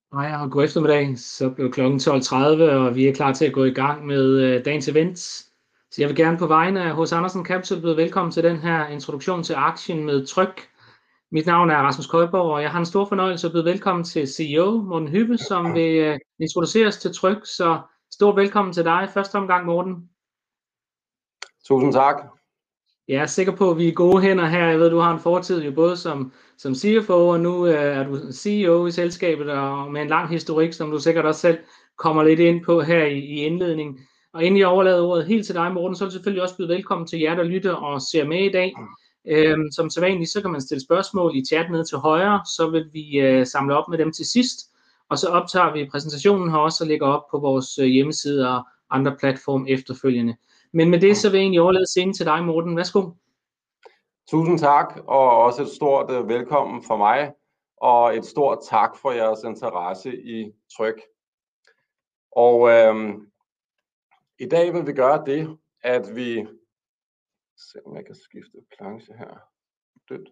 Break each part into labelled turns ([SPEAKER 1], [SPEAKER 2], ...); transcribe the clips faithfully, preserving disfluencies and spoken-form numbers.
[SPEAKER 1] Hej og god eftermiddag. Så blev klokken tolv tredive, og vi er klar til at gå i gang med øh, dagens events. Så jeg vil gerne på vegne af H C Andersen Capital byde velkommen til den her introduktion til aktien med Tryg. Mit navn er Rasmus Køjborg, og jeg har en stor fornøjelse at byde velkommen til C E O Morten Hübbe, som vil øh, introduceres til Tryg. Så stort velkommen til dig. Første omgang, Morten.
[SPEAKER 2] Tusind tak.
[SPEAKER 1] Jeg er sikker på, at vi er i gode hænder her. Jeg ved, du har en fortid jo både som, som C F O, og nu øh, er du C E O i selskabet, og med en lang historik, som du sikkert også selv kommer lidt ind på her i, i indledningen. Og inden jeg overlader ordet helt til dig, Morten, så vil jeg selvfølgelig også byde velkommen til jer, der lytter og ser med i dag. Øhm, som sædvanligt, så kan man stille spørgsmål i chat nede til højre, så vil vi øh, samle op med dem til sidst. Og så optager vi præsentationen her også og lægger op på vores øh, hjemmeside og andre platforme efterfølgende. Men med det, så vil jeg egentlig overlade scenen til dig, Morten. Værsgo.
[SPEAKER 2] Tusind tak, og også et stort uh, velkommen fra mig, og et stort tak for jeres interesse i Tryg. Og øhm, i dag vil vi gøre det, at vi... Se om jeg kan skifte planche her. Dødt.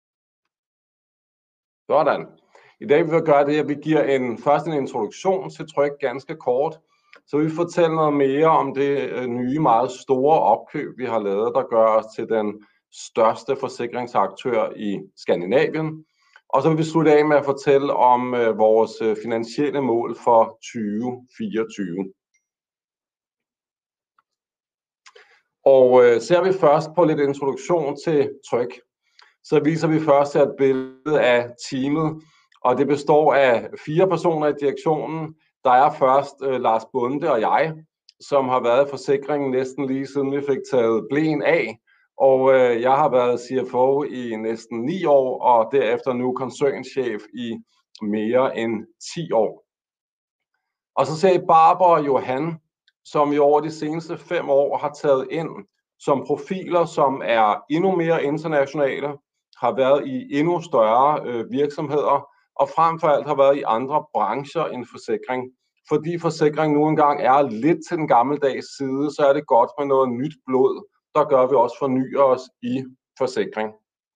[SPEAKER 2] Sådan. I dag vil vi gøre det, at vi giver en, først en introduktion til Tryg, ganske kort. Så vi fortæller noget mere om det uh, nye, meget store opkøb, vi har lavet, der gør os til den største forsikringsaktør i Skandinavien. Og så vil vi slutte af med at fortælle om øh, vores øh, finansielle mål for tyve fireogtyve. Og øh, ser vi først på lidt introduktion til Tryg, så viser vi først et billede af teamet, og det består af fire personer i direktionen. Der er først øh, Lars Bunde og jeg, som har været i forsikringen næsten lige siden vi fik taget bleen af. Og øh, jeg har været C F O i næsten ni år, og derefter nu koncernchef i mere end ti år. Og så ser I Barbara og Johan, som i over de seneste fem år har taget ind som profiler, som er endnu mere internationale, har været i endnu større øh, virksomheder, og frem for alt har været i andre brancher end forsikring. Fordi forsikring nu engang er lidt til den gammeldags side, så er det godt med noget nyt blod, der gør vi også fornyer os i forsikring.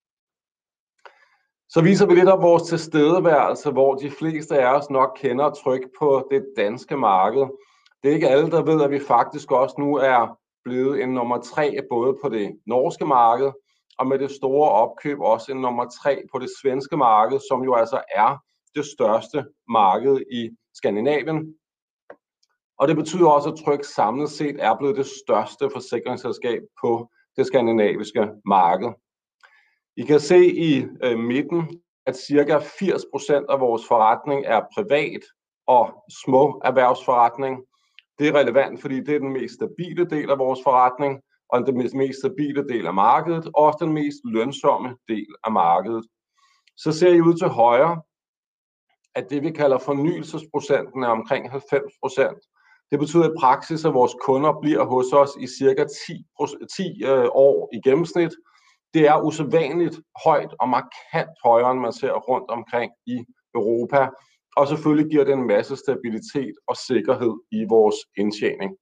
[SPEAKER 2] Så viser vi lidt af vores tilstedeværelse, hvor de fleste af os nok kender Tryg på det danske marked. Det er ikke alle, der ved, at vi faktisk også nu er blevet en nummer tre både på det norske marked, og med det store opkøb også en nummer tre på det svenske marked, som jo altså er det største marked i Skandinavien. Og det betyder også, at Tryg samlet set er blevet det største forsikringsselskab på det skandinaviske marked. I kan se i øh, midten, at cirka firs procent af vores forretning er privat og små erhvervsforretning. Det er relevant, fordi det er den mest stabile del af vores forretning, og den mest stabile del af markedet, og også den mest lønsomme del af markedet. Så ser I ud til højre, at det vi kalder fornyelsesprocenten er omkring halvfems procent. Det betyder i praksis, at vores kunder bliver hos os i cirka ti år i gennemsnit. Det er usædvanligt højt og markant højere, end man ser rundt omkring i Europa. Og selvfølgelig giver det en masse stabilitet og sikkerhed i vores indtjening.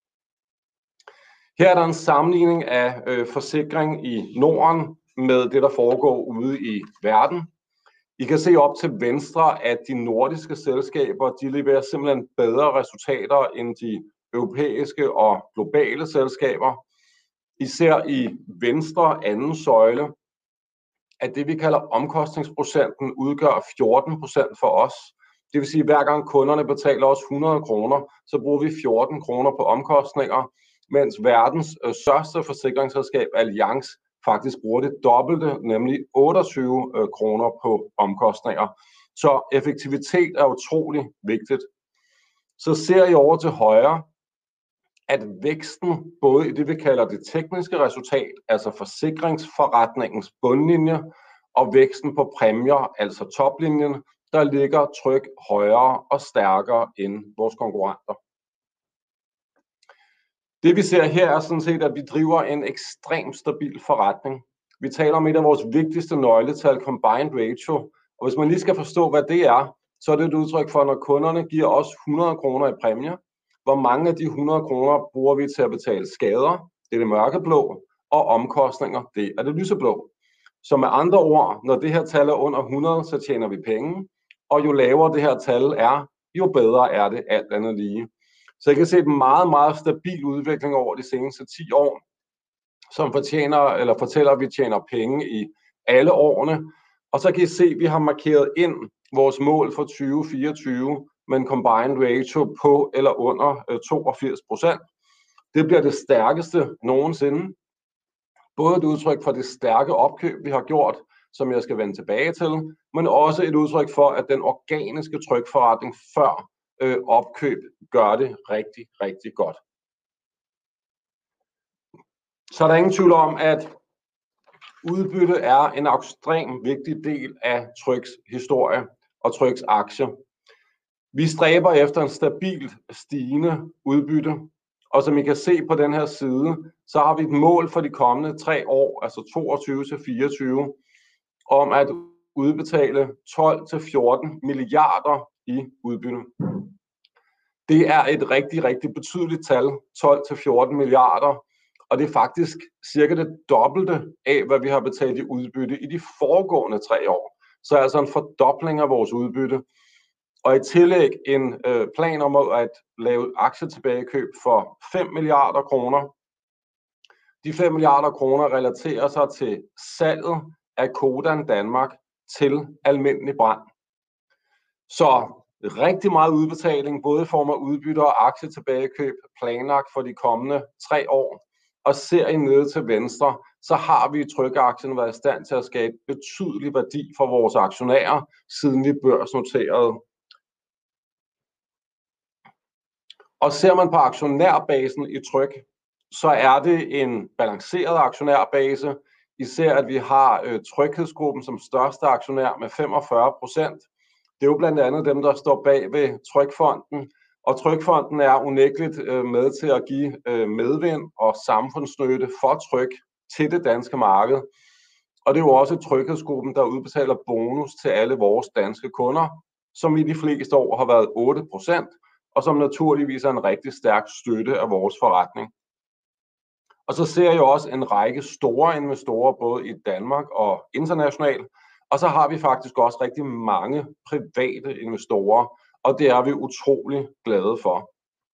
[SPEAKER 2] Her er der en sammenligning af øh, forsikring i Norden med det, der foregår ude i verden. I kan se op til venstre, at de nordiske selskaber, de leverer simpelthen bedre resultater end de europæiske og globale selskaber. I ser i venstre anden søjle, at det vi kalder omkostningsprocenten udgør fjorten procent for os. Det vil sige, at hver gang kunderne betaler os hundrede kroner, så bruger vi fjorten kroner på omkostninger, mens verdens øh, største forsikringsselskab Allianz faktisk bruger det dobbelte, nemlig otteogtyve øh, kroner på omkostninger. Så effektivitet er utrolig vigtigt. Så ser I over til højre, at væksten både i det, vi kalder det tekniske resultat, altså forsikringsforretningens bundlinje, og væksten på præmier, altså toplinjen, der ligger Tryg højere og stærkere end vores konkurrenter. Det vi ser her er sådan set, at vi driver en ekstremt stabil forretning. Vi taler om et af vores vigtigste nøgletal, combined ratio, og hvis man lige skal forstå, hvad det er, så er det et udtryk for, når kunderne giver os hundrede kroner i præmier, hvor mange af de hundrede kroner bruger vi til at betale skader, det er det mørkeblå, og omkostninger, det er det lyseblå. Så med andre ord, når det her tal er under hundrede, så tjener vi penge, og jo lavere det her tal er, jo bedre er det alt andet lige. Så jeg kan se en meget, meget stabil udvikling over de seneste ti år, som fortjener, eller fortæller, at vi tjener penge i alle årene. Og så kan I se, at vi har markeret ind vores mål for tyve fireogtyve med en combined ratio på eller under toogfirs procent. Det bliver det stærkeste nogensinde. Både et udtryk for det stærke opkøb, vi har gjort, som jeg skal vende tilbage til, men også et udtryk for, at den organiske trykforretning før øh, opkøb gør det rigtig, rigtig godt. Så er der ingen tvivl om, at udbytte er en ekstremt vigtig del af Trygs historie og Trygs aktie. Vi stræber efter en stabilt stigende udbytte, og som I kan se på den her side, så har vi et mål for de kommende tre år, altså toogtyve til fireogtyve, om at udbetale tolv til fjorten milliarder i udbytte. Det er et rigtig, rigtig betydeligt tal, tolv til fjorten milliarder, og det er faktisk cirka det dobbelte af, hvad vi har betalt i udbytte i de foregående tre år. Så altså en fordobling af vores udbytte. Og i tillæg en øh, plan om at lave aktietilbagekøb for fem milliarder kroner. De fem milliarder kroner relaterer sig til salget af Codan Danmark til Almindelig Brand. Så rigtig meget udbetaling, både i form af udbytte og aktietilbagekøb, planlagt for de kommende tre år. Og ser I nede til venstre, så har vi i Tryg-aktien været i stand til at skabe betydelig værdi for vores aktionærer, siden vi børsnoterede. Og ser man på aktionærbasen i Tryg, så er det en balanceret aktionærbase. I ser, at vi har øh, Tryghedsgruppen som største aktionær med femogfyrre procent. Det er jo blandt andet dem, der står bag ved Trygfonden. Og Trygfonden er unægteligt øh, med til at give øh, medvind og samfundsnytte for Tryg til det danske marked. Og det er jo også Tryghedsgruppen, der udbetaler bonus til alle vores danske kunder, som i de fleste år har været otte procent, og som naturligvis er en rigtig stærk støtte af vores forretning. Og så ser jeg også en række store investorer, både i Danmark og internationalt, og så har vi faktisk også rigtig mange private investorer, og det er vi utrolig glade for.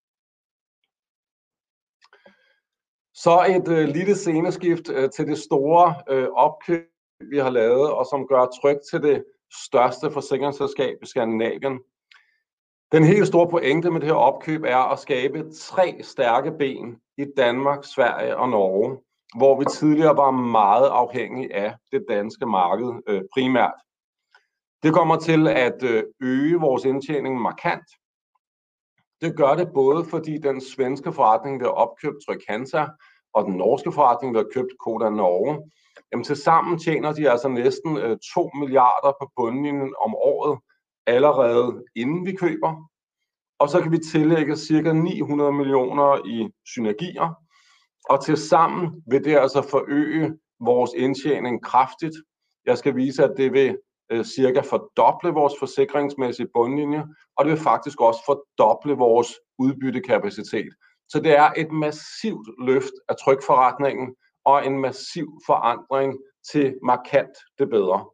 [SPEAKER 2] Så et øh, lille sceneskift øh, til det store øh, opkøb, vi har lavet, og som gør Tryg til det største forsikringsselskab i Skandinavien. Den helt store pointe med det her opkøb er at skabe tre stærke ben i Danmark, Sverige og Norge, hvor vi tidligere var meget afhængige af det danske marked øh, primært. Det kommer til at øh, øge vores indtjening markant. Det gør det både fordi den svenske forretning, der har opkøbt Tryg-Hansa, og den norske forretning, der har købt Codan Norge, jamen tilsammen tjener de altså næsten øh, to milliarder på bundlinjen om året, allerede inden vi køber. Og så kan vi tillægge ca. ni hundrede millioner i synergier. Og tilsammen vil det altså forøge vores indtjening kraftigt. Jeg skal vise, at det vil øh, cirka fordoble vores forsikringsmæssige bundlinje, og det vil faktisk også fordoble vores udbyttekapacitet. Så det er et massivt løft af Trygforretningen og en massiv forandring til markant det bedre.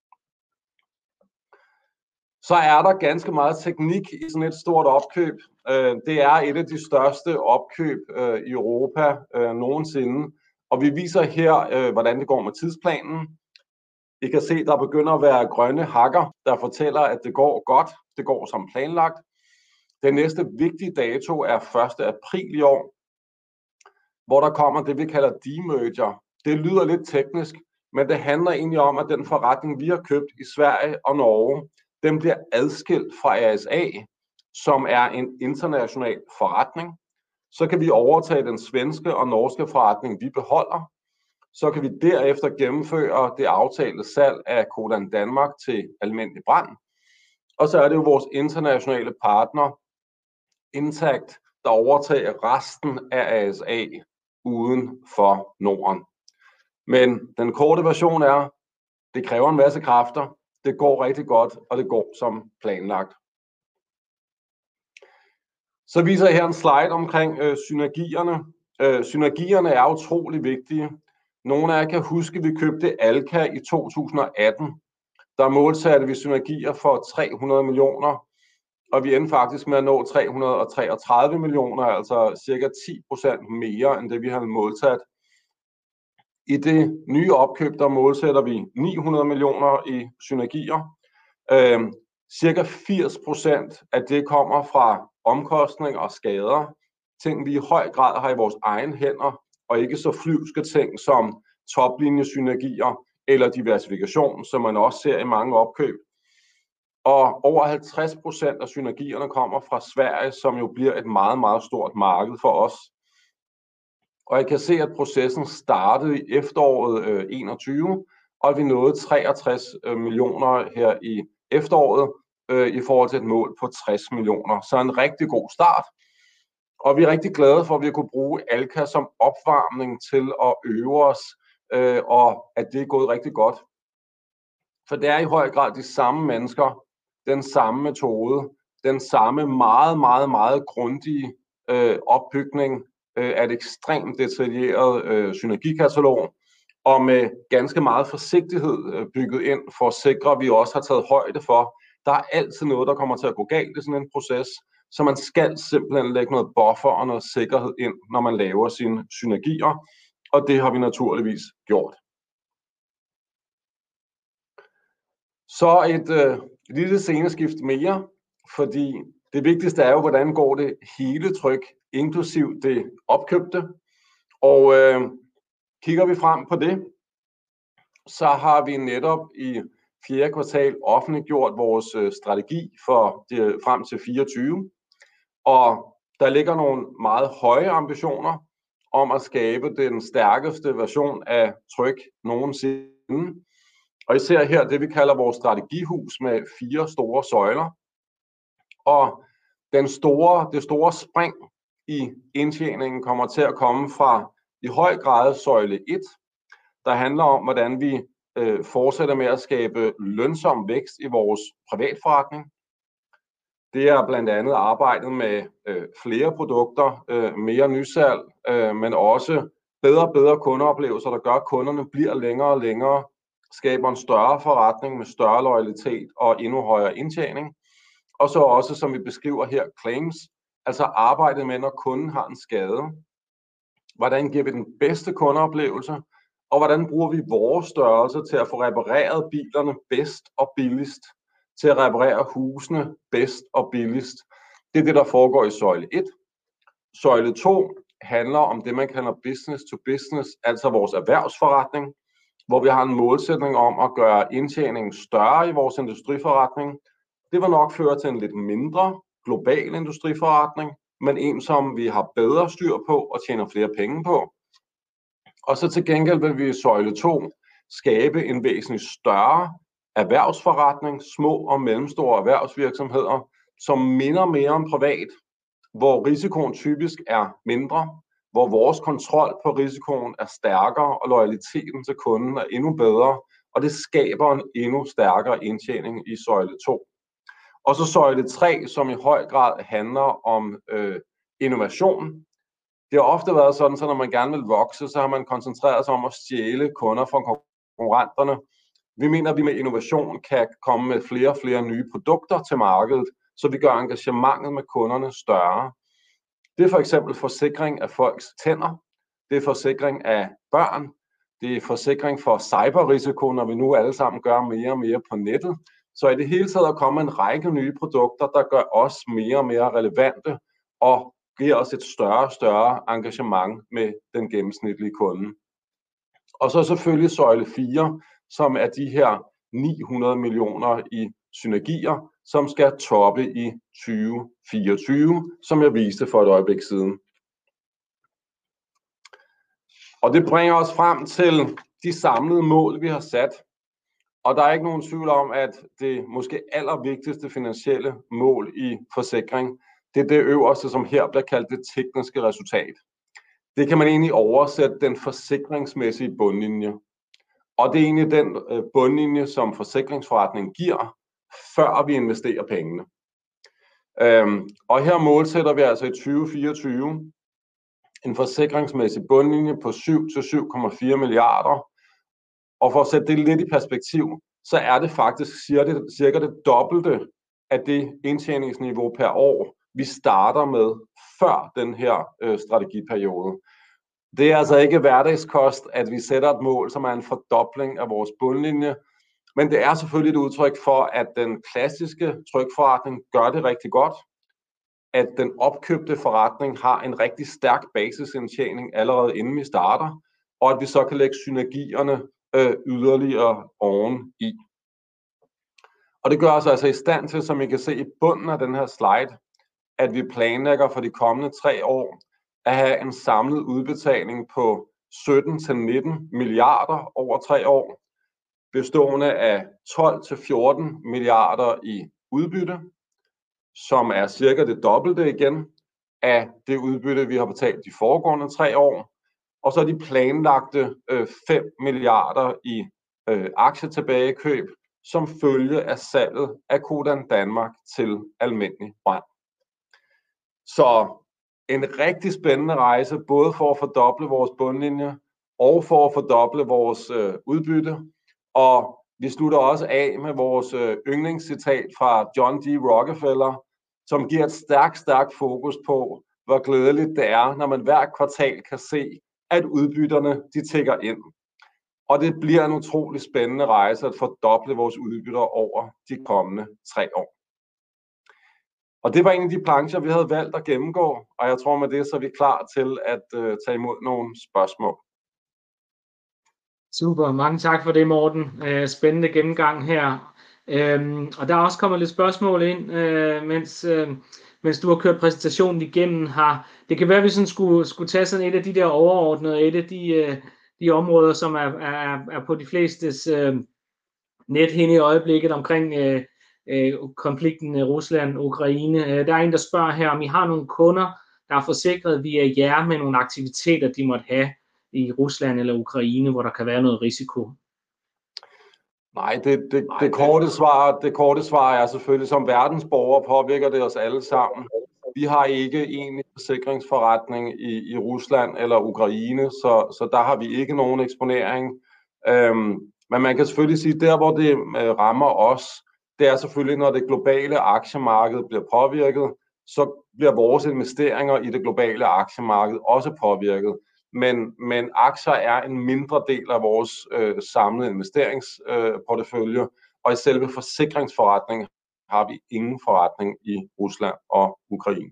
[SPEAKER 2] Så er der ganske meget teknik i sådan et stort opkøb. Det er et af de største opkøb i Europa nogensinde. Og vi viser her, hvordan det går med tidsplanen. I kan se, der begynder at være grønne hakker, der fortæller, at det går godt. Det går som planlagt. Den næste vigtige dato er første april i år, hvor der kommer det, vi kalder demerger. Det lyder lidt teknisk, men det handler egentlig om, at den forretning, vi har købt i Sverige og Norge, den bliver adskilt fra A S A, som er en international forretning. Så kan vi overtage den svenske og norske forretning, vi beholder. Så kan vi derefter gennemføre det aftalte salg af Codan Danmark til Almindelig Brand. Og så er det jo vores internationale partner, Intact, der overtager resten af A S A uden for Norden. Men den korte version er, det kræver en masse kræfter. Det går rigtig godt, og det går som planlagt. Så viser jeg her en slide omkring øh, synergierne. Øh, synergierne er utrolig vigtige. Nogle af jer kan huske, at vi købte Alka i to tusind og atten. der målsatte vi synergier for tre hundrede millioner, og vi endte faktisk med at nå tre hundrede og treogtredive millioner, altså cirka ti procent mere end det, vi havde målsat. I det nye opkøb, der målsætter vi ni hundrede millioner i synergier. Øhm, cirka firs procent af det kommer fra omkostninger og skader, ting vi i høj grad har i vores egen hænder, og ikke så flyvske ting som toplinjesynergier eller diversifikation, som man også ser i mange opkøb. Og over halvtreds procent af synergierne kommer fra Sverige, som jo bliver et meget, meget stort marked for os. Og jeg kan se, at processen startede i efteråret øh, enogtyve, og at vi nåede treogtres millioner her i efteråret øh, i forhold til et mål på tres millioner. Så en rigtig god start. Og vi er rigtig glade for, at vi kunne bruge Alka som opvarmning til at øve os, øh, og at det er gået rigtig godt. For det er i høj grad de samme mennesker, den samme metode, den samme meget, meget, meget grundige øh, opbygning øh, af et ekstremt detaljeret øh, synergikatalog, og med ganske meget forsigtighed øh, bygget ind for at sikre, at vi også har taget højde for, der er altid noget, der kommer til at gå galt i sådan en proces, så man skal simpelthen lægge noget buffer og noget sikkerhed ind, når man laver sine synergier, og det har vi naturligvis gjort. Så et øh, lille sceneskift mere, fordi det vigtigste er jo, hvordan går det hele tryk, inklusiv det opkøbte. Og øh, kigger vi frem på det, så har vi netop i fjerde kvartal offentliggjort vores øh, strategi for det, frem til fireogtyve. Og der ligger nogle meget høje ambitioner om at skabe den stærkeste version af Tryg nogensinde. Og især her det, vi kalder vores strategihus med fire store søjler. Og den store, det store spring i indtjeningen kommer til at komme fra i høj grad søjle et, der handler om, hvordan vi øh, fortsætter med at skabe lønsom vækst i vores privatforretning. Det er blandt andet arbejdet med øh, flere produkter, øh, mere nysalg, øh, men også bedre og bedre kundeoplevelser, der gør, at kunderne bliver længere og længere, skaber en større forretning med større loyalitet og endnu højere indtjening. Og så også, som vi beskriver her, claims, altså arbejdet med, når kunden har en skade. Hvordan giver vi den bedste kundeoplevelse, og hvordan bruger vi vores størrelse til at få repareret bilerne bedst og billigst, til at reparere husene bedst og billigst. Det er det, der foregår i søjle et. Søjle to handler om det, man kalder business to business, altså vores erhvervsforretning, hvor vi har en målsætning om at gøre indtjeningen større i vores industriforretning. Det vil nok føre til en lidt mindre global industriforretning, men en, som vi har bedre styr på og tjener flere penge på. Og så til gengæld vil vi i søjle to skabe en væsentligt større erhvervsforretning, små og mellemstore erhvervsvirksomheder, som minder mere om privat, hvor risikoen typisk er mindre, hvor vores kontrol på risikoen er stærkere, og loyaliteten til kunden er endnu bedre, og det skaber en endnu stærkere indtjening i søjle to. Og så søjle tre, som i høj grad handler om øh, innovation. Det har ofte været sådan, så når man gerne vil vokse, så har man koncentreret sig om at stjæle kunder fra konkurrenterne. Vi mener, at vi med innovation kan komme med flere og flere nye produkter til markedet, så vi gør engagementet med kunderne større. Det er for eksempel forsikring af folks tænder, det er forsikring af børn, det er forsikring for cyberrisiko, når vi nu alle sammen gør mere og mere på nettet. Så i det hele taget er kommet en række nye produkter, der gør os mere og mere relevante og giver os et større og større engagement med den gennemsnitlige kunde. Og så selvfølgelig søjle fire, som er de her ni hundrede millioner i synergier, som skal toppe i tyve fireogtyve, som jeg viste for et øjeblik siden. Og det bringer os frem til de samlede mål, vi har sat. Og der er ikke nogen tvivl om, at det måske allervigtigste finansielle mål i forsikring, det er det øverste, som her bliver kaldt det tekniske resultat. Det kan man egentlig oversætte den forsikringsmæssige bundlinje. Og det er egentlig den bundlinje, som forsikringsforretningen giver, før vi investerer pengene. Øhm, og her målsætter vi altså i tyve fireogtyve en forsikringsmæssig bundlinje på syv til syv komma fire milliarder. Og for at sætte det lidt i perspektiv, så er det faktisk cirka, cirka det dobbelte af det indtjeningsniveau per år, vi starter med før den her øh, strategiperiode. Det er altså ikke hverdagskost, at vi sætter et mål, som er en fordobling af vores bundlinje, men det er selvfølgelig et udtryk for, at den klassiske trykforretning gør det rigtig godt, at den opkøbte forretning har en rigtig stærk basisindtjening allerede inden vi starter, og at vi så kan lægge synergierne øh, yderligere oven i. Og det gør os altså i stand til, som I kan se i bunden af den her slide, at vi planlægger for de kommende tre år at have en samlet udbetaling på sytten til nitten milliarder over tre år, bestående af tolv til fjorten milliarder i udbytte, som er cirka det dobbelte igen af det udbytte, vi har betalt de foregående tre år, og så de planlagte øh, fem milliarder i øh, aktietilbagekøb, som følge af salget af Codan Danmark til Almindelig Brand. Så en rigtig spændende rejse, både for at fordoble vores bundlinje og for at fordoble vores øh, udbytte. Og vi slutter også af med vores øh, yndlingscitat fra John D. Rockefeller, som giver et stærkt, stærkt fokus på, hvor glædeligt det er, når man hver kvartal kan se, at udbytterne de tikker ind. Og det bliver en utrolig spændende rejse at fordoble vores udbytter over de kommende tre år. Og det var en af de plancher, vi havde valgt at gennemgå, og jeg tror med det, så er vi klar til at uh, tage imod nogle spørgsmål.
[SPEAKER 1] Super, mange tak for det, Morten. Spændende gennemgang her. Og der er også kommet lidt spørgsmål ind, mens, mens du har kørt præsentationen igennem her. Det kan være, at vi sådan skulle, skulle tage sådan et af de der overordnede, et af de, de områder, som er, er, er på de flestes nethinde i øjeblikket omkring konflikten Rusland-Ukraine. Der er en, der spørger her, om I har nogle kunder, der er forsikret via jer med nogle aktiviteter, de måtte have i Rusland eller Ukraine, hvor der kan være noget risiko?
[SPEAKER 2] Nej, det, det, det, korte svar, det korte svar er selvfølgelig, som verdensborgere påvirker det os alle sammen. Vi har ikke en forsikringsforretning i, i Rusland eller Ukraine, så, så der har vi ikke nogen eksponering. Øhm, men man kan selvfølgelig sige, at der hvor det øh, rammer os, det er selvfølgelig, når det globale aktiemarked bliver påvirket, så bliver vores investeringer i det globale aktiemarked også påvirket. Men, men aktier er en mindre del af vores øh, samlede investeringsportefølje, øh, og i selve forsikringsforretningen har vi ingen forretning i Rusland og Ukraine.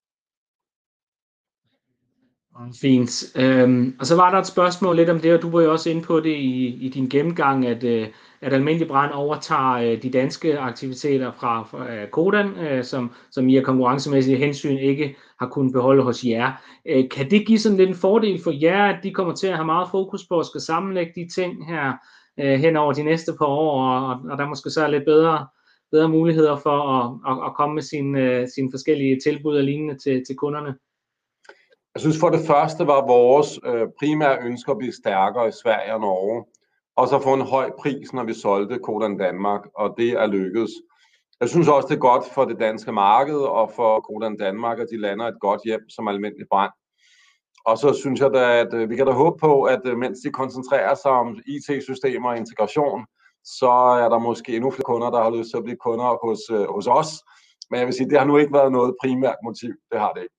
[SPEAKER 1] Fint. Øhm, og så var der et spørgsmål lidt om det, og du var jo også inde på det i, i din gennemgang, at, øh, at Almindelig Brand overtager øh, de danske aktiviteter fra, fra øh, Codan, øh, som, som I af konkurrencemæssige hensyn ikke har kunnet beholde hos jer. Øh, kan det give sådan lidt en fordel for jer, at de kommer til at have meget fokus på at skal sammenlægge de ting her øh, hen over de næste par år, og, og der måske så er lidt bedre, bedre muligheder for at, at, at komme med sine, øh, sine forskellige tilbud og lignende til, til kunderne?
[SPEAKER 2] Jeg synes for det første var vores øh, primære ønske at blive stærkere i Sverige og Norge, og så få en høj pris, når vi solgte Codan Danmark, og det er lykkedes. Jeg synes også, det er godt for det danske marked og for Codan Danmark, at de lander et godt hjem som Almindelig Brand. Og så synes jeg da, at øh, vi kan da håbe på, at øh, mens de koncentrerer sig om I T-systemer og integration, så er der måske endnu flere kunder, der har lyst til at blive kunder hos, øh, hos os. Men jeg vil sige, det har nu ikke været noget primært motiv. Det har det ikke.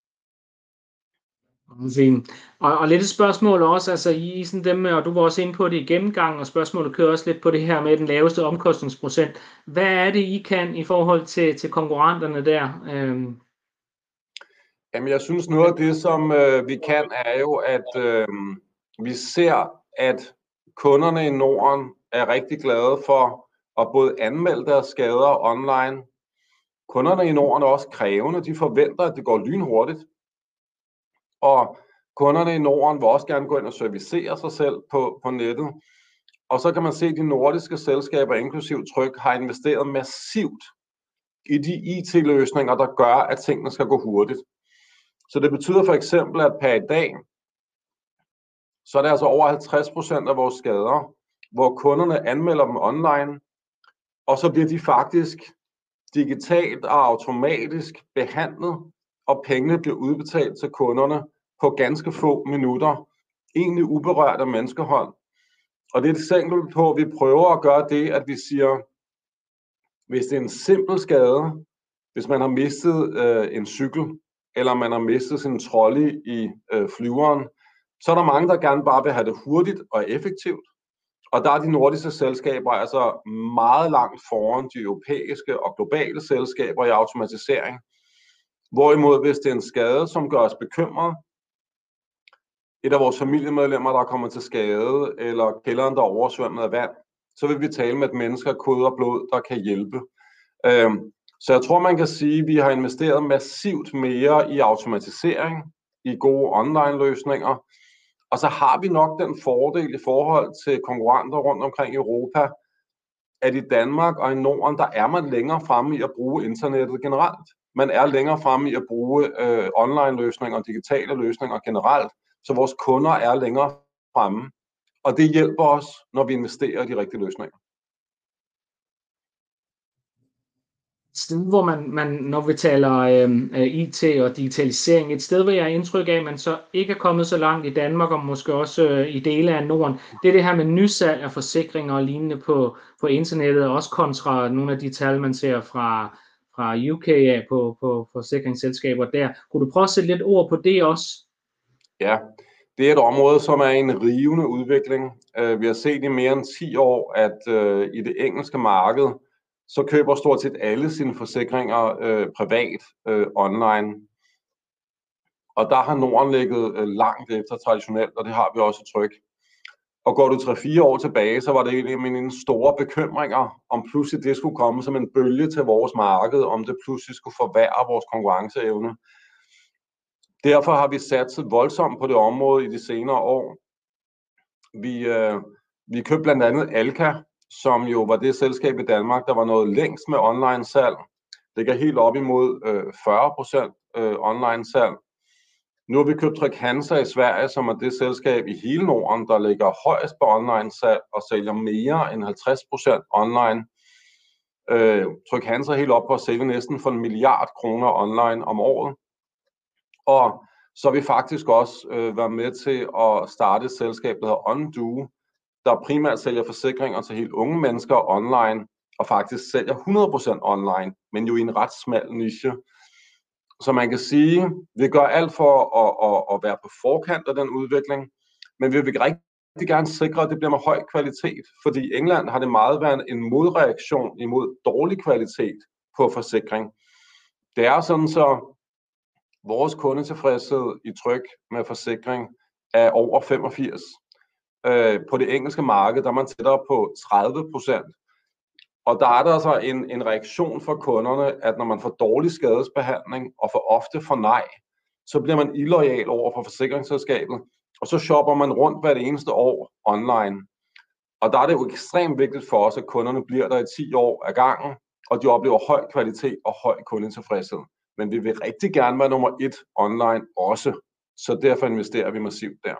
[SPEAKER 1] Fint. Og, og lidt et spørgsmål også, altså I sådan dem, og du var også inde på det i gennemgang, og spørgsmålet kører også lidt på det her med den laveste omkostningsprocent. Hvad er det, I kan i forhold til, til konkurrenterne der? Øhm.
[SPEAKER 2] Jamen jeg synes noget af det, som øh, vi kan, er jo, at øh, vi ser, at kunderne i Norden er rigtig glade for at både anmelde deres skader online. Kunderne i Norden er også krævende, de forventer, at det går lynhurtigt. Og kunderne i Norden vil også gerne gå ind og servicere sig selv på, på nettet. Og så kan man se, at de nordiske selskaber, inklusiv Tryg, har investeret massivt i de I T-løsninger, der gør, at tingene skal gå hurtigt. Så det betyder for eksempel, at per i dag, så er det altså over halvtreds procent af vores skader, hvor kunderne anmelder dem online, og så bliver de faktisk digitalt og automatisk behandlet, og pengene bliver udbetalt til kunderne på ganske få minutter, egentlig uberørt af menneskehånd. Og det er et eksempel på, at vi prøver at gøre det, at vi siger, hvis det er en simpel skade, hvis man har mistet øh, en cykel, eller man har mistet sin trolley i øh, flyveren, så er der mange, der gerne bare vil have det hurtigt og effektivt. Og der er de nordiske selskaber altså meget langt foran de europæiske og globale selskaber i automatisering. Hvorimod, hvis det er en skade, som gør os bekymret, et af vores familiemedlemmer, der kommer til skade, eller kælderen, der er oversvømmet af vand, så vil vi tale med et menneske af kød og blod, der kan hjælpe. Så jeg tror, man kan sige, at vi har investeret massivt mere i automatisering, i gode online-løsninger, og så har vi nok den fordel i forhold til konkurrenter rundt omkring i Europa, at i Danmark og i Norden, der er man længere fremme i at bruge internettet generelt. Man er længere fremme i at bruge øh, online-løsninger og digitale løsninger generelt, så vores kunder er længere fremme, og det hjælper os, når vi investerer i de rigtige løsninger.
[SPEAKER 1] Et sted, hvor man, man når vi taler øh, I T og digitalisering, et sted, hvor jeg har indtryk af, at man så ikke er kommet så langt i Danmark, og måske også øh, i dele af Norden, det er det her med nysalg af forsikringer og lignende på, på internettet, også kontra nogle af de tal, man ser fra, fra U K af på, på forsikringsselskaber der. Kunne du prøve at sætte lidt ord på det også?
[SPEAKER 2] Ja, det er et område, som er en rivende udvikling. Uh, vi har set i mere end ti år, at uh, i det engelske marked, så køber stort set alle sine forsikringer øh, privat øh, online. Og der har Norden ligget øh, langt efter traditionelt, og det har vi også Tryg. Og går du tre fire år tilbage, så var det en af mine store bekymringer, om pludselig det skulle komme som en bølge til vores marked, om det pludselig skulle forværre vores konkurrenceevne. Derfor har vi satset voldsomt på det område i de senere år. Vi, øh, vi købte blandt andet Alka, som jo var det selskab i Danmark, der var noget længst med online salg. Det ligger helt op imod øh, fyrre procent øh, online salg. Nu har vi købt Trygg-Hansa i Sverige, som er det selskab i hele Norden, der ligger højst på online salg og sælger mere end halvtreds procent online. Øh, Trygg-Hansa er helt op på at sælge næsten for en milliard kroner online om året. Og så har vi faktisk også øh, været med til at starte et selskab, der hedder Undo, der primært sælger forsikringer til helt unge mennesker online, og faktisk sælger hundrede procent online, men jo i en ret smal niche. Så man kan sige, at vi gør alt for at, at, at være på forkant af den udvikling, men vi vil rigtig gerne sikre, at det bliver med høj kvalitet, fordi i England har det meget været en modreaktion imod dårlig kvalitet på forsikring. Det er sådan, så vores kundetilfredshed i Tryg med forsikring er over femogfirs. På det engelske marked, der er man tættere på tredive procent. Og der er der altså en, en reaktion fra kunderne, at når man får dårlig skadesbehandling og for ofte får nej, så bliver man illoyal over for forsikringsselskabet, og så shopper man rundt hvert eneste år online. Og der er det jo ekstremt vigtigt for os, at kunderne bliver der i ti år ad gangen, og de oplever høj kvalitet og høj kundetilfredshed. Men vi vil rigtig gerne være nummer et online også, så derfor investerer vi massivt der.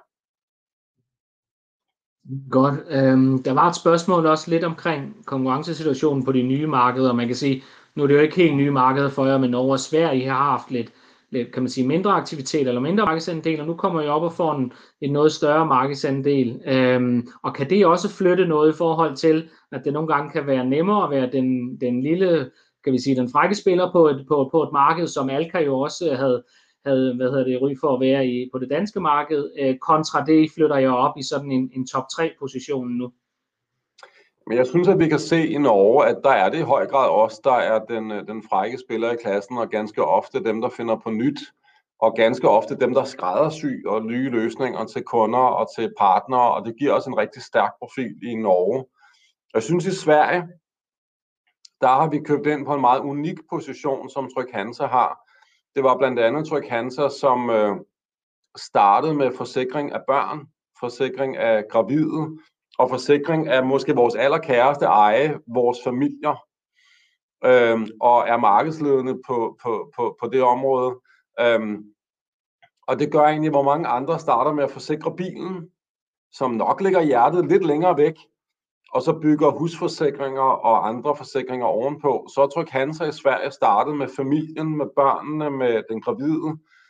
[SPEAKER 1] Godt. Øhm, der var et spørgsmål også lidt omkring konkurrencesituationen på de nye markeder. Man kan sige, nu er det jo ikke helt nye markeder for jer, men Norge og Sverige har haft lidt, lidt, kan man sige, mindre aktivitet eller mindre markedsandel, og nu kommer I op og får en, en noget større markedsandel. Øhm, og kan det også flytte noget i forhold til, at det nogle gange kan være nemmere at være den, den lille, kan vi sige, den frække spiller på et, på, på et marked, som Alka jo også havde havde, hvad hedder det, ry for at være i, på det danske marked, øh, kontra det flytter jeg op i sådan en, en top tre position nu?
[SPEAKER 2] Men jeg synes, at vi kan se i Norge, at der er det i høj grad også, der er den, den frække spiller i klassen, og ganske ofte dem, der finder på nyt, og ganske ofte dem, der skræddersyr og nye løsninger til kunder og til partnere, og det giver også en rigtig stærk profil i Norge. Jeg synes, i Sverige, der har vi købt ind på en meget unik position, som Trygg-Hansa har. Det var blandt andet Trygg-Hansa, som øh, startede med forsikring af børn, forsikring af gravide, og forsikring af måske vores allerkæreste eje, vores familier, øh, og er markedsledende på, på, på, på det område. Øh, og det gør egentlig, hvor mange andre starter med at forsikre bilen, som nok ligger hjertet lidt længere væk, og så bygger husforsikringer og andre forsikringer ovenpå. Så er Trygg-Hansa i Sverige startet med familien, med børnene, med den gravide,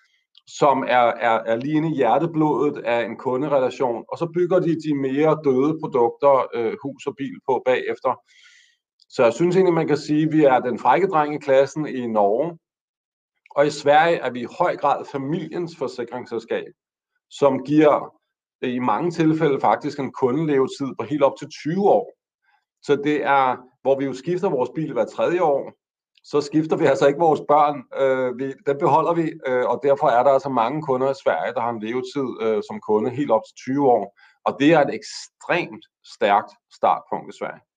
[SPEAKER 2] som er, er, er lige inde i hjerteblodet af en kunderelation, og så bygger de de mere døde produkter, øh, hus og bil på bagefter. Så jeg synes egentlig, man kan sige, at vi er den frække dreng i klassen i Norge, og i Sverige er vi i høj grad familiens forsikringsselskab, som giver i mange tilfælde faktisk en kundelevetid på helt op til tyve år. Så det er, hvor vi jo skifter vores bil hver tredje år, så skifter vi altså ikke vores børn. Øh, vi, den beholder vi, øh, og derfor er der altså mange kunder i Sverige, der har en levetid øh, som kunde helt op til tyve år. Og det er et ekstremt stærkt startpunkt i Sverige.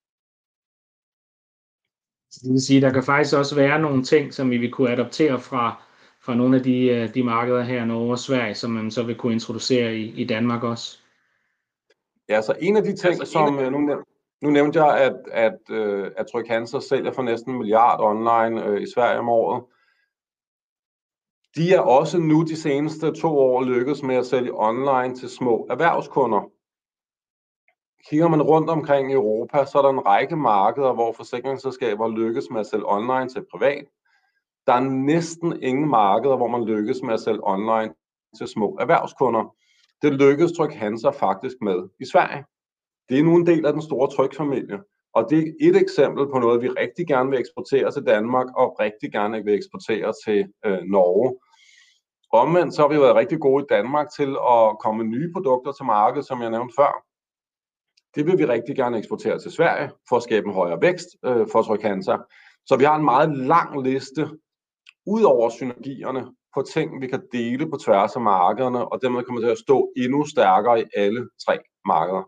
[SPEAKER 1] Det vil sige, at der kan faktisk også være nogle ting, som vi vil kunne adoptere fra, fra nogle af de, de markeder her i Norge og Sverige, som man så vil kunne introducere i, i Danmark også.
[SPEAKER 2] Ja, så en af de ting, altså, som af... nu, næv- nu nævnte jeg, at, at, at, at Tryg-Hansa sælger for næsten en milliard online øh, i Sverige om året. De er også nu de seneste to år lykkedes med at sælge online til små erhvervskunder. Kigger man rundt omkring i Europa, så er der en række markeder, hvor forsikringsselskaber lykkes med at sælge online til privat. Der er næsten ingen markeder, hvor man lykkes med at sælge online til små erhvervskunder. Det lykkedes Tryg-Hansa faktisk med i Sverige. Det er nu en del af den store Tryg-familie, og det er et eksempel på noget, vi rigtig gerne vil eksportere til Danmark, og rigtig gerne vil eksportere til øh, Norge. Omvendt så har vi været rigtig gode i Danmark til at komme med nye produkter til markedet, som jeg nævnte før. Det vil vi rigtig gerne eksportere til Sverige, for at skabe en højere vækst øh, for Tryg-Hansa. Så vi har en meget lang liste, ud over synergierne, på ting, vi kan dele på tværs af markederne, og dermed kommer til at stå endnu stærkere i alle tre markeder.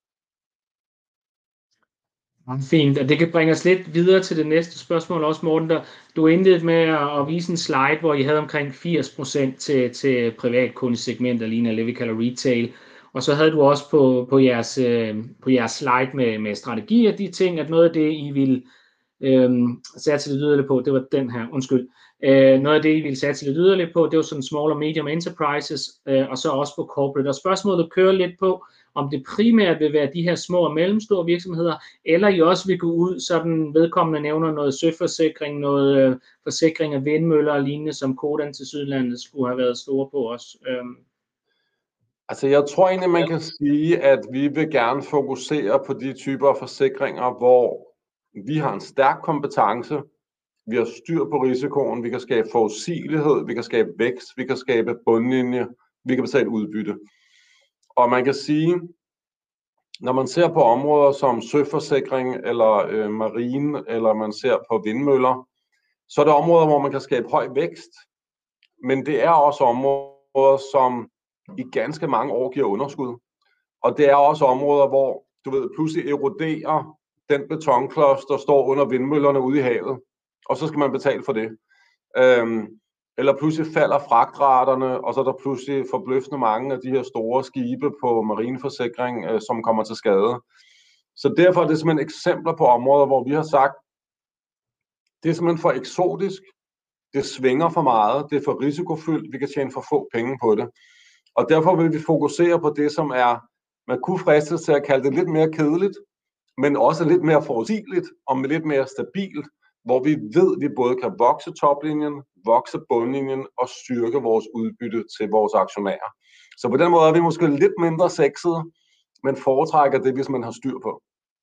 [SPEAKER 1] Fint, og det kan bringe os lidt videre til det næste spørgsmål også, Morten. Der, du indledte med at, at vise en slide, hvor I havde omkring firs procent til, til privatkundesegmenter, lignende det, vi kalder retail. Og så havde du også på, på, jeres, på jeres slide med, med strategi af de ting, at noget af det, I ville øhm, satse lidt yderligere på, det var den her, undskyld. Øh, noget af det, I ville satse lidt yderligere på, det var sådan small og medium enterprises, øh, og så også på corporate. Og spørgsmålet kører lidt på, om det primært vil være de her små og mellemstore virksomheder, eller I også vil gå ud, sådan vedkommende nævner noget søforsikring, noget øh, forsikring af vindmøller og lignende, som Codan til Sydlandet skulle have været store på os. Øhm.
[SPEAKER 2] Altså jeg tror egentlig, man kan sige, at vi vil gerne fokusere på de typer af forsikringer, hvor vi har en stærk kompetence, vi har styr på risikoen, vi kan skabe forudsigelighed, vi kan skabe vækst, vi kan skabe bundlinje, vi kan betale udbytte. Og man kan sige, når man ser på områder som søforsikring eller øh, marine, eller man ser på vindmøller, så er det områder, hvor man kan skabe høj vækst, men det er også områder, som i ganske mange år giver underskud. Og det er også områder, hvor du ved, pludselig eroderer den betonklods, der står under vindmøllerne ude i havet, og så skal man betale for det. Øhm, eller pludselig falder fragtraterne, og så er der pludselig forbløffende mange af de her store skibe på marineforsikring, øh, som kommer til skade. Så derfor er det simpelthen eksempler på områder, hvor vi har sagt, det er simpelthen for eksotisk, det svinger for meget, det er for risikofyldt, vi kan tjene for få penge på det. Og derfor vil vi fokusere på det, som er, man kunne fristes til at kalde det lidt mere kedeligt, men også lidt mere forudsigeligt og lidt mere stabilt, hvor vi ved, at vi både kan vokse toplinjen, vokse bundlinjen og styrke vores udbytte til vores aktionærer. Så på den måde er vi måske lidt mindre sexede, men foretrækker det, hvis man har styr på.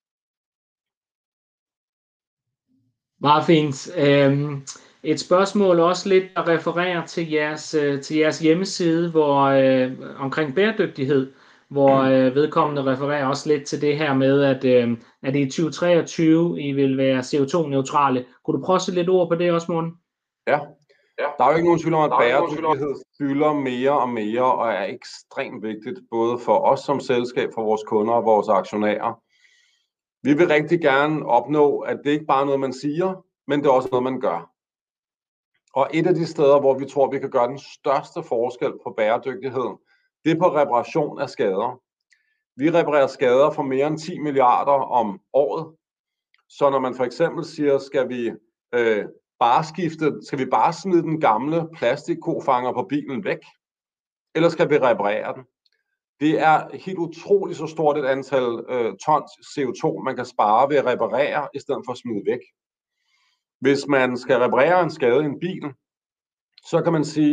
[SPEAKER 1] Meget fint. Øhm, et spørgsmål også lidt, der refererer til jeres, øh, til jeres hjemmeside, hvor øh, omkring bæredygtighed, hvor øh, vedkommende refererer også lidt til det her med, at, øh, at i tyve treogtyve I vil være C O to neutrale. Kunne du prøve at sætte lidt ord på det også, Morten?
[SPEAKER 2] Ja. Ja. Der er jo ikke nogen tvivl om, at bæredygtighed fylder mere og mere og er ekstremt vigtigt, både for os som selskab, for vores kunder og vores aktionærer. Vi vil rigtig gerne opnå, at det ikke bare er noget, man siger, men det er også noget, man gør. Og et af de steder, hvor vi tror, vi kan gøre den største forskel på bæredygtighed, det er på reparation af skader. Vi reparerer skader for mere end ti milliarder om året. Så når man for eksempel siger, skal vi øh, bare skifte, skal vi bare smide den gamle plastikkofanger på bilen væk? Eller skal vi reparere den? Det er helt utroligt så stort et antal øh, tons C O to, man kan spare ved at reparere, i stedet for at smide væk. Hvis man skal reparere en skade i en bil, så kan man sige,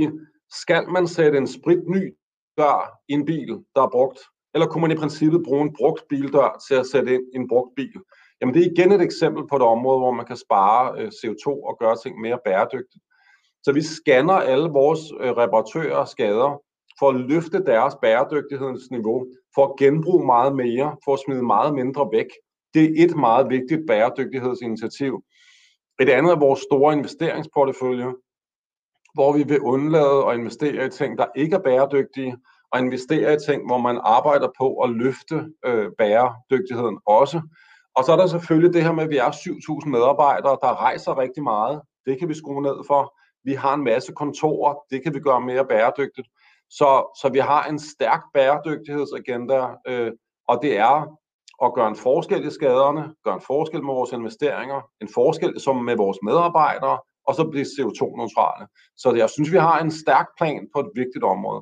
[SPEAKER 2] Skal man sætte en spritny dør i en bil, der er brugt, eller kunne man i princippet bruge en brugt bildør til at sætte ind i en brugt bil? Jamen det er igen et eksempel på et område, hvor man kan spare C O to og gøre ting mere bæredygtigt. Så vi scanner alle vores reparatører og skader for at løfte deres bæredygtighedsniveau, for at genbruge meget mere, for at smide meget mindre væk. Det er et meget vigtigt bæredygtighedsinitiativ. Et andet er vores store investeringsportefølje, hvor vi vil undlade at investere i ting, der ikke er bæredygtige, og investere i ting, hvor man arbejder på at løfte øh, bæredygtigheden også. Og så er der selvfølgelig det her med, at vi er syv tusind medarbejdere, der rejser rigtig meget. Det kan vi skrue ned for. Vi har en masse kontorer, det kan vi gøre mere bæredygtigt. Så, så vi har en stærk bæredygtighedsagenda, øh, og det er at gøre en forskel i skaderne, gøre en forskel med vores investeringer, en forskel som med vores medarbejdere, og så blive C O to neutrale. Så jeg synes, vi har en stærk plan på et vigtigt område.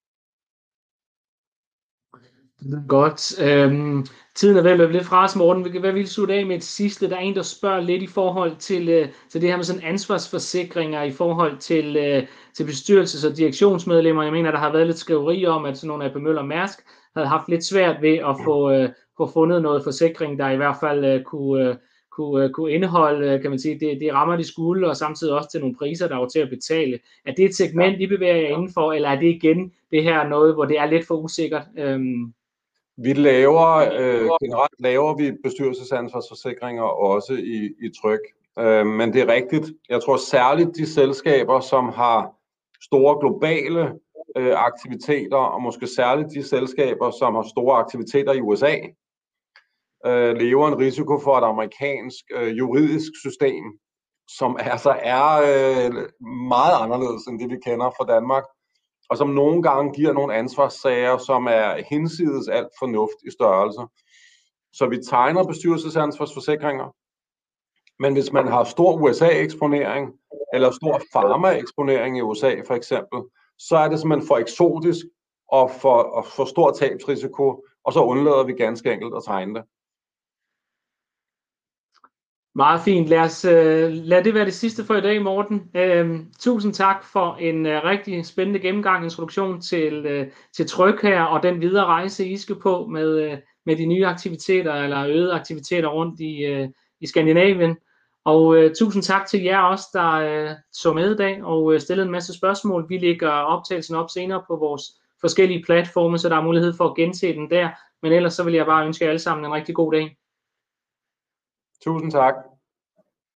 [SPEAKER 1] Godt. Øhm, tiden er vel løbet lidt fra os, Morten. Hvad vil du slutte af med et sidste? Der er en, der spørger lidt i forhold til, øh, til det her med sådan ansvarsforsikringer i forhold til, øh, til bestyrelses- og direktionsmedlemmer. Jeg mener, der har været lidt skriveri om, at sådan nogle A P Møller Mærsk havde haft lidt svært ved at få, øh, få fundet noget forsikring, der i hvert fald øh, kunne, øh, kunne, øh, kunne indeholde, kan man sige, det, det rammer de skulle, og samtidig også til nogle priser, der var til at betale. Er det et segment, I bevæger jer indenfor, eller er det igen det her noget, hvor det er lidt for usikkert? Øhm,
[SPEAKER 2] Vi laver, øh, generelt laver vi bestyrelsesansvarsforsikringer også i, i tryk, øh, men det er rigtigt. Jeg tror særligt de selskaber, som har store globale øh, aktiviteter, og måske særligt de selskaber, som har store aktiviteter i U S A, øh, lever en risiko for et amerikansk øh, juridisk system, som altså er øh, meget anderledes end det, vi kender fra Danmark, og som nogle gange giver nogle ansvarssager, som er hinsides alt fornuft i størrelse. Så vi tegner bestyrelsesansvarsforsikringer, men hvis man har stor U S A-eksponering, eller stor pharma-eksponering i U S A for eksempel, så er det simpelthen for eksotisk og for, og for stor tabsrisiko, og så undlader vi ganske enkelt at tegne det.
[SPEAKER 1] Meget fint. Lad os øh, lad det være det sidste for i dag, Morten. Øh, tusind tak for en øh, rigtig spændende gennemgang, introduktion til, øh, til tryk her, og den videre rejse, I skal på med, øh, med de nye aktiviteter, eller øgede aktiviteter rundt i, øh, i Skandinavien. Og øh, tusind tak til jer også, der øh, så med i dag og øh, stillede en masse spørgsmål. Vi lægger optagelsen op senere på vores forskellige platforme, så der er mulighed for at gense den der. Men ellers så vil jeg bare ønske jer alle sammen en rigtig god dag.
[SPEAKER 2] Tusind tak.